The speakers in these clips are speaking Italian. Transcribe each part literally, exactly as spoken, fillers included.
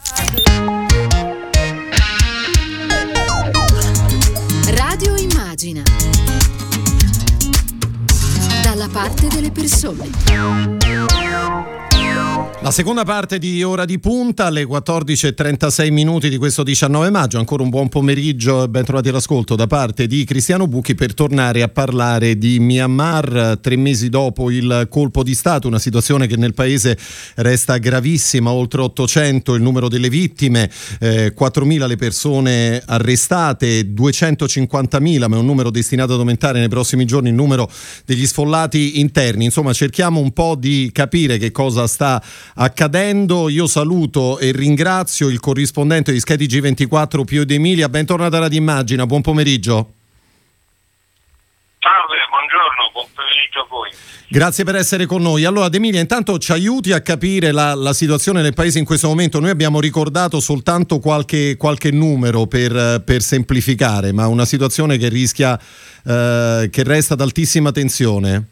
Radio Immagina. Dalla parte delle persone. La seconda parte di Ora di Punta alle quattordici e trentasei minuti di questo diciannove maggio. Ancora un buon pomeriggio e ben trovati all'ascolto da parte di Cristiano Bucchi per tornare a parlare di Myanmar tre mesi dopo il colpo di Stato, una situazione che nel paese resta gravissima, oltre ottocento il numero delle vittime, eh, quattromila le persone arrestate, duecentocinquantamila, ma è un numero destinato ad aumentare nei prossimi giorni il numero degli sfollati interni. Insomma, cerchiamo un po' di capire che cosa sta accadendo. Io saluto e ringrazio il corrispondente di Sky T G ventiquattro Pio De Emilia. Bentornata a Radio Immagina, buon pomeriggio. Salve, buongiorno, buon pomeriggio a voi. Grazie per essere con noi. Allora, De Emilia, intanto ci aiuti a capire la, la situazione nel paese in questo momento. Noi abbiamo ricordato soltanto qualche, qualche numero per, per semplificare, ma una situazione che rischia, eh, che resta ad altissima tensione.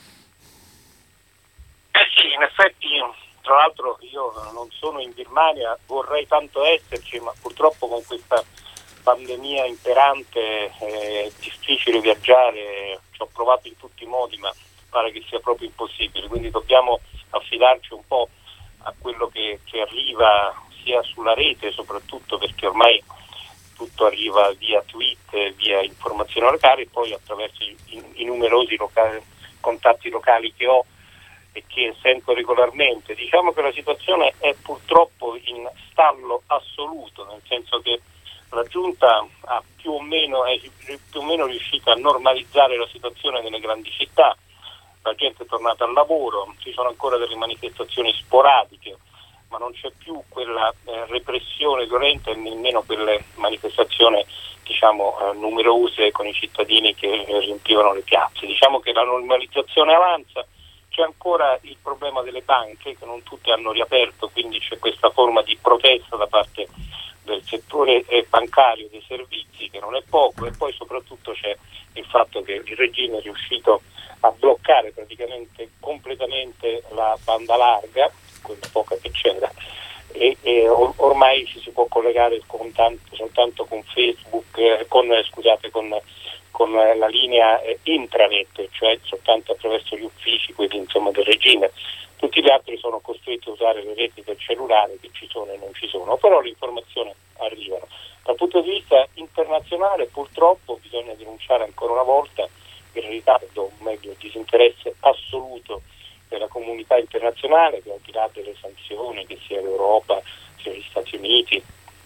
Eh sì, in effetti, tra l'altro io non sono in Birmania, vorrei tanto esserci, ma purtroppo con questa pandemia imperante è difficile viaggiare, ci ho provato in tutti i modi, ma pare che sia proprio impossibile, quindi dobbiamo affidarci un po' a quello che, che arriva sia sulla rete, soprattutto perché ormai tutto arriva via tweet, via informazioni locali, e poi attraverso i, i, i numerosi locali, contatti locali che ho e che sento regolarmente. Diciamo che la situazione è purtroppo in stallo assoluto, nel senso che la giunta ha più o meno, è più o meno riuscita a normalizzare la situazione nelle grandi città, la gente è tornata al lavoro, ci sono ancora delle manifestazioni sporadiche, ma non c'è più quella eh, repressione violenta e nemmeno quelle manifestazioni diciamo eh, numerose con i cittadini che eh, riempivano le piazze. Diciamo che la normalizzazione avanza. C'è ancora il problema delle banche, che non tutte hanno riaperto, quindi c'è questa forma di protesta da parte del settore bancario, dei servizi, che non è poco, e poi soprattutto c'è il fatto che il regime è riuscito a bloccare praticamente completamente la banda larga, quella poca che c'era, e, e ormai ci si può collegare con tanto, soltanto con Facebook, eh, con, scusate, con con la linea intranet, cioè soltanto attraverso gli uffici, quelli insomma del regime. Tutti gli altri sono costretti a usare le reti del cellulare, che ci sono e non ci sono, però le informazioni arrivano. Dal punto di vista internazionale purtroppo bisogna denunciare ancora una volta il ritardo, o meglio il disinteresse assoluto della comunità internazionale, che al di là delle sanzioni che sia l'Europa sia gli Stati Uniti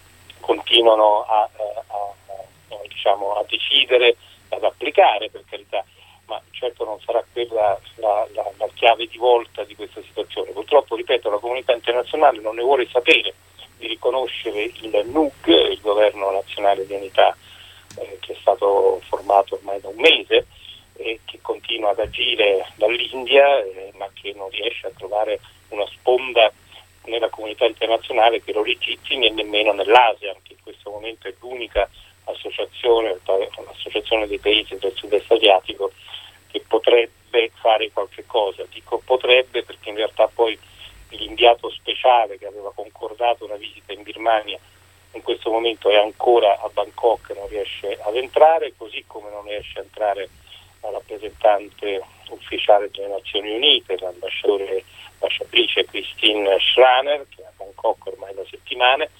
continuano a, a, a, diciamo, a decidere, ad applicare, per carità, ma certo non sarà quella la, la, la chiave di volta di questa situazione. Purtroppo, ripeto, la comunità internazionale non ne vuole sapere di riconoscere il N U G, il governo nazionale di unità eh, che è stato formato ormai da un mese e che continua ad agire dall'India, eh, ma che non riesce a trovare una sponda nella comunità internazionale che lo legittimi, e nemmeno nell'Asia, che in questo momento è l'unica associazione, l'associazione dei paesi del sud-est asiatico, che potrebbe fare qualche cosa. Dico potrebbe perché in realtà poi l'inviato speciale che aveva concordato una visita in Birmania in questo momento è ancora a Bangkok, non riesce ad entrare, così come non riesce a entrare la rappresentante ufficiale delle Nazioni Unite, l'ambasciatore, l'ambasciatrice Christine Schraner, che è a Bangkok ormai da settimane.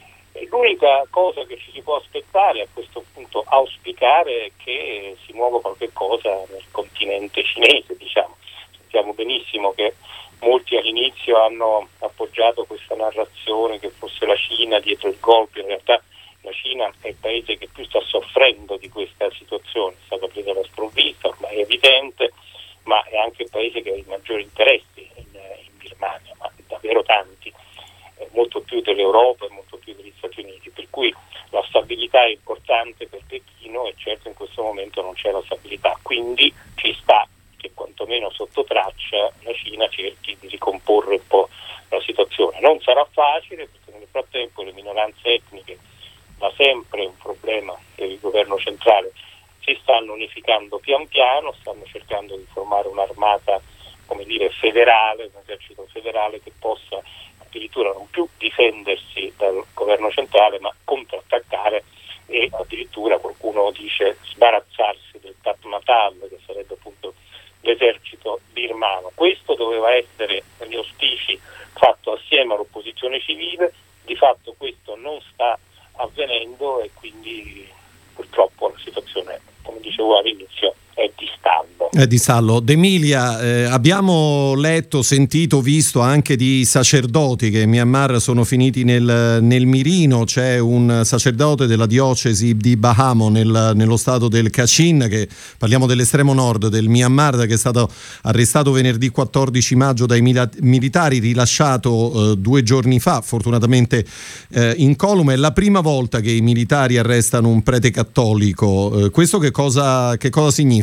E l'unica cosa che ci si può aspettare, a questo punto auspicare, è che si muova qualche cosa nel continente cinese, diciamo. Sappiamo benissimo che molti all'inizio hanno appoggiato questa narrazione che fosse la Cina dietro il golpe. In realtà la Cina è il paese che più sta soffrendo di questa situazione, è stata presa alla sprovvista, ormai è evidente, ma è anche il paese che ha i maggiori interessi in, in Birmania, ma davvero tanti, eh, molto più dell'Europa e molto più degli Stati Uniti, per cui la stabilità è importante per Pechino, e certo in questo momento non c'è la stabilità, quindi ci sta che quantomeno sotto traccia la Cina cerchi di ricomporre un po' la situazione. Non sarà facile, perché nel frattempo le minoranze etniche, da sempre un problema per il governo centrale, si stanno unificando pian piano, stanno cercando di formare un'armata, come dire, federale, un esercito federale che possa addirittura non più difendersi dal, governo centrale, ma contrattaccare e addirittura qualcuno dice sbarazzarsi del Tatmadaw, che sarebbe appunto l'esercito birmano. Questo doveva essere negli auspici fatto assieme all'opposizione civile, di fatto questo non sta avvenendo e quindi purtroppo la situazione, come dicevo all'inizio, è di stallo. È di stallo. D'Emilia, eh, abbiamo letto, sentito, visto anche di sacerdoti che in Myanmar sono finiti nel, nel mirino. C'è un sacerdote della diocesi di Bahamo nel, nello stato del Kachin, che parliamo dell'estremo nord del Myanmar, che è stato arrestato venerdì quattordici maggio dai mila- militari, rilasciato eh, due giorni fa, fortunatamente eh, incolume. È la prima volta che i militari arrestano un prete cattolico. Eh, questo che cosa, che cosa significa?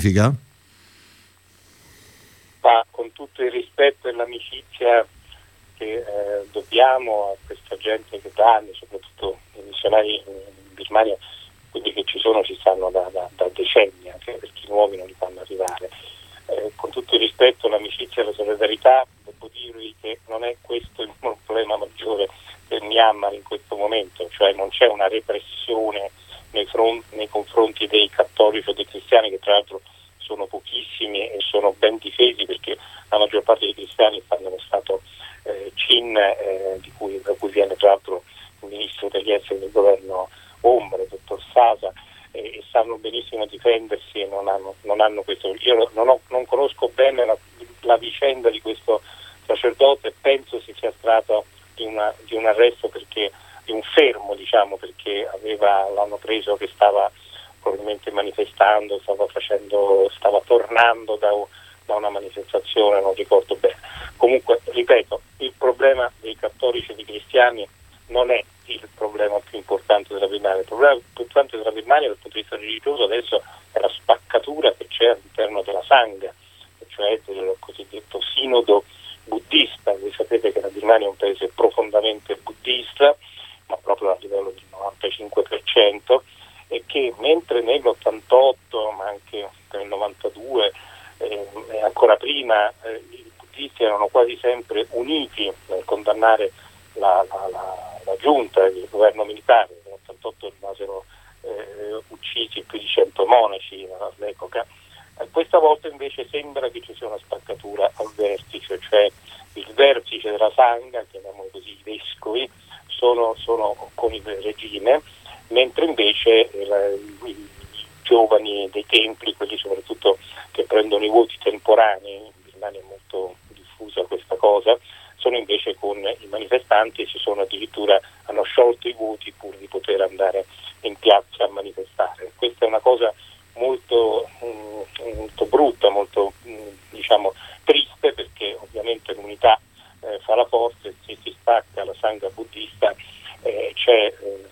Ma con tutto il rispetto e l'amicizia che eh, dobbiamo a questa gente che da anni, soprattutto i missionari in Birmania, quelli che ci sono ci stanno da, da, da decenni, anche perché i nuovi non li fanno arrivare. Eh, con tutto il rispetto, l'amicizia e la solidarietà, devo dirvi che non è questo il problema maggiore del Myanmar in questo momento, cioè non c'è una repressione nei, front, nei confronti dei cattolici o dei cristiani, che tra l'altro sono pochissimi e sono ben difesi, perché la maggior parte dei cristiani stanno nello stato eh, Chin, eh, di cui, da cui viene tra l'altro il ministro degli esteri del governo Ombre, il dottor Sasa, eh, e sanno benissimo difendersi e non hanno, non hanno questo. Io non, ho, non conosco bene la, la vicenda di questo sacerdote, penso si sia trattato di, una, di un arresto, perché di un fermo, diciamo, perché aveva, l'hanno preso che stava probabilmente manifestando, stava facendo, stava tornando da, da una manifestazione, non ricordo bene. Comunque, ripeto, il problema dei cattolici e dei cristiani non è il problema più importante della Birmania. Il problema più importante della Birmania dal punto di vista religioso adesso è la spaccatura che c'è all'interno della Sangha, cioè del cosiddetto sinodo buddista. Voi sapete che la Birmania è un paese profondamente buddista, ma proprio a livello del novantacinque per cento, e che mentre nell'ottantotto, ma anche nel novantadue eh, e ancora prima, eh, i buddisti erano quasi sempre uniti nel condannare la, la, la, la giunta, il governo militare. Nell'ottantotto rimasero eh, uccisi più di cento monaci all'epoca. Eh, questa volta invece sembra che ci sia una spaccatura al vertice, cioè il vertice della Sangha, chiamiamolo così, i vescovi, sono, sono con il regime, mentre invece eh, i giovani dei templi, quelli soprattutto che prendono i voti temporanei, in Birmania è molto diffusa questa cosa, sono invece con i manifestanti e si sono addirittura, hanno sciolto i voti pur di poter andare in piazza a manifestare. Questa è una cosa molto, mh, molto brutta, molto mh, diciamo triste, perché ovviamente l'unità eh, fa la forza, e se si stacca la Sangha buddista eh, c'è eh,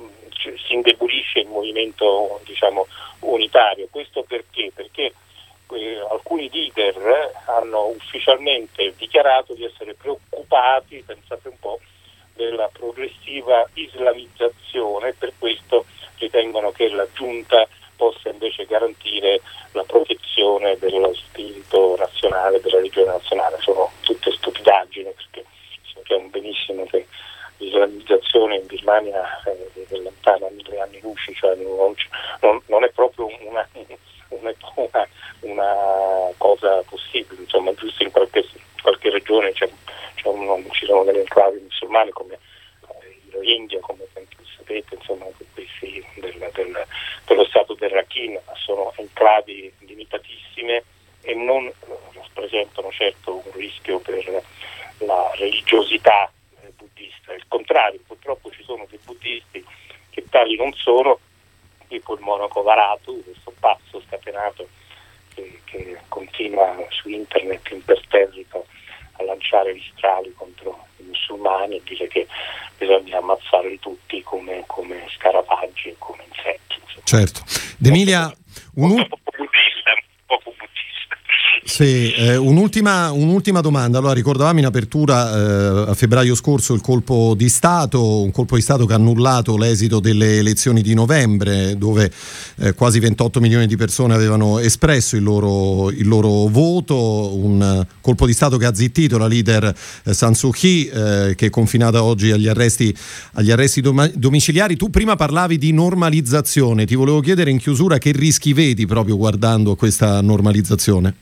si indebolisce il movimento, diciamo, unitario. Questo perché? Perché eh, alcuni leader hanno ufficialmente dichiarato di essere preoccupati, pensate un po', della progressiva islamizzazione, e per questo ritengono che la giunta possa invece garantire la protezione dello spirito nazionale, della religione nazionale. Sono tutte stupidaggini, perché sappiamo benissimo che l'islamizzazione in Birmania è lontana mille anni luce, cioè non, non, non è proprio una, una, una, una cosa possibile. Insomma, giusto in qualche, qualche regione c'è, c'è un, ci sono delle enclavi musulmane come l'India, come sapete, insomma, questi del, del, dello stato del Rakhine, ma sono enclavi limitatissime e non rappresentano certo un rischio per la religiosità buddista. Il contrario, purtroppo ci sono dei buddisti che tali non sono, tipo il monaco Varatu, questo pazzo scatenato che, che continua su internet imperterrito a lanciare gli strali contro i musulmani e dire che bisogna ammazzarli tutti come, come scarafaggi, come insetti. Certo. D'Emilia, un... poco buddista, poco buddista. Sì, eh, un'ultima, un'ultima domanda. Allora, ricordavamo in apertura eh, a febbraio scorso il colpo di Stato, un colpo di Stato che ha annullato l'esito delle elezioni di novembre, dove eh, quasi ventotto milioni di persone avevano espresso il loro, il loro voto, un colpo di Stato che ha zittito la leader eh, San Suu Kyi, eh, che è confinata oggi agli arresti, agli arresti dom- domiciliari. Tu prima parlavi di normalizzazione, ti volevo chiedere in chiusura che rischi vedi proprio guardando questa normalizzazione?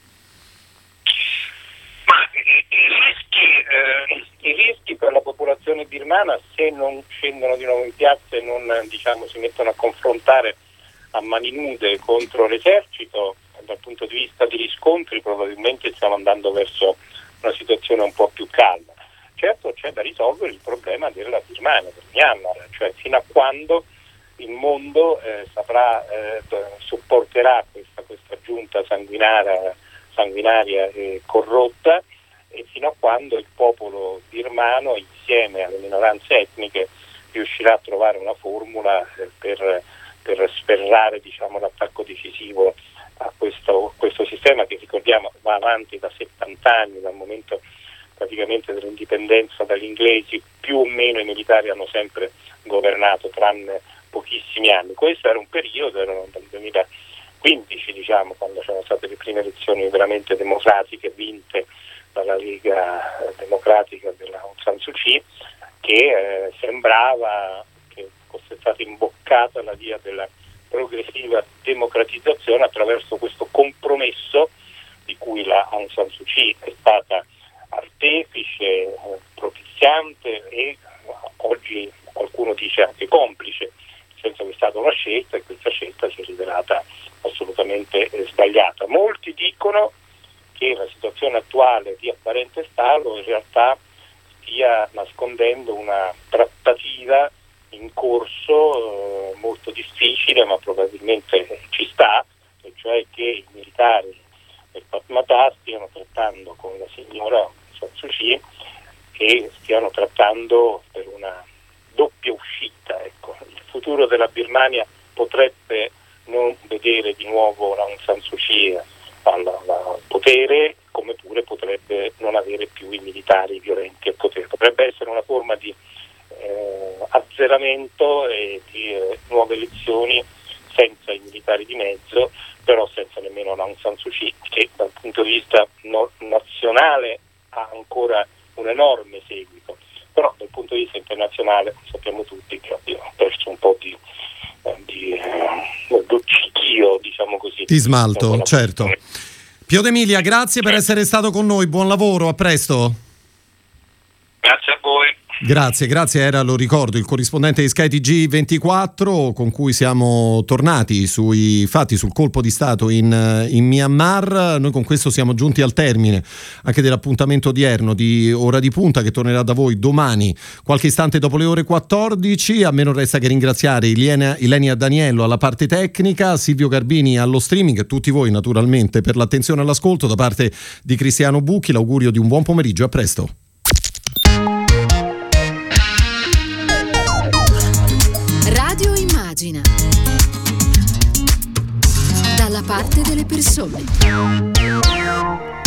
Per la popolazione birmana, se non scendono di nuovo in piazza e non diciamo, si mettono a confrontare a mani nude contro l'esercito, dal punto di vista degli scontri probabilmente stiamo andando verso una situazione un po' più calma. Certo c'è da risolvere il problema della Birmania, del Myanmar, cioè fino a quando il mondo eh, saprà, eh, sopporterà questa, questa giunta sanguinaria, sanguinaria e corrotta, e fino a quando il popolo birmano insieme alle minoranze etniche riuscirà a trovare una formula per, per sferrare diciamo, l'attacco decisivo a questo, questo sistema che ricordiamo va avanti da settanta anni, dal momento praticamente dell'indipendenza dagli inglesi. Più o meno i militari hanno sempre governato tranne pochissimi anni. Questo era un periodo, erano dal duemilaquindici diciamo, quando c'erano state le prime elezioni veramente democratiche vinte dalla Lega Democratica della Aung San Suu Kyi, che eh, sembrava che fosse stata imboccata la via della progressiva democratizzazione attraverso questo compromesso di cui la Aung San Suu Kyi è stata artefice, eh, propiziante e oggi qualcuno dice anche complice, nel senso che è stata una scelta e questa scelta si è rivelata assolutamente eh, sbagliata. Molti dicono che la situazione attuale di apparente stallo in realtà stia nascondendo una trattativa in corso eh, molto difficile, ma probabilmente ci sta, e cioè che i militari del Tatmadaw stiano trattando con la signora San Suu Kyi e stiano trattando per una doppia uscita. Ecco. Il futuro della Birmania potrebbe non vedere di nuovo la Aung San Suu Kyi al, al potere, come pure potrebbe non avere più i militari violenti al potere. Potrebbe essere una forma di eh, azzeramento e di eh, nuove elezioni senza i militari di mezzo, però senza nemmeno la Aung San Suu Kyi, che dal punto di vista no, nazionale ha ancora un enorme seguito, però dal punto di vista internazionale sappiamo tutti che abbiamo perso un po' di di eh, luccichio, diciamo così. Di smalto, certo. Pio D'Emilia, grazie per essere stato con noi, buon lavoro, a presto. Grazie a voi. Grazie, grazie, era, lo ricordo, il corrispondente di Sky T G ventiquattro con cui siamo tornati sui fatti, sul colpo di Stato in, in Myanmar. Noi con questo siamo giunti al termine anche dell'appuntamento odierno di Ora di Punta, che tornerà da voi domani, qualche istante dopo le ore quattordici. A me non resta che ringraziare Ilenia, Ilenia Daniello alla parte tecnica, Silvio Garbini allo streaming e tutti voi naturalmente per l'attenzione all'ascolto. Da parte di Cristiano Bucchi l'augurio di un buon pomeriggio, a presto. Dalla parte delle persone.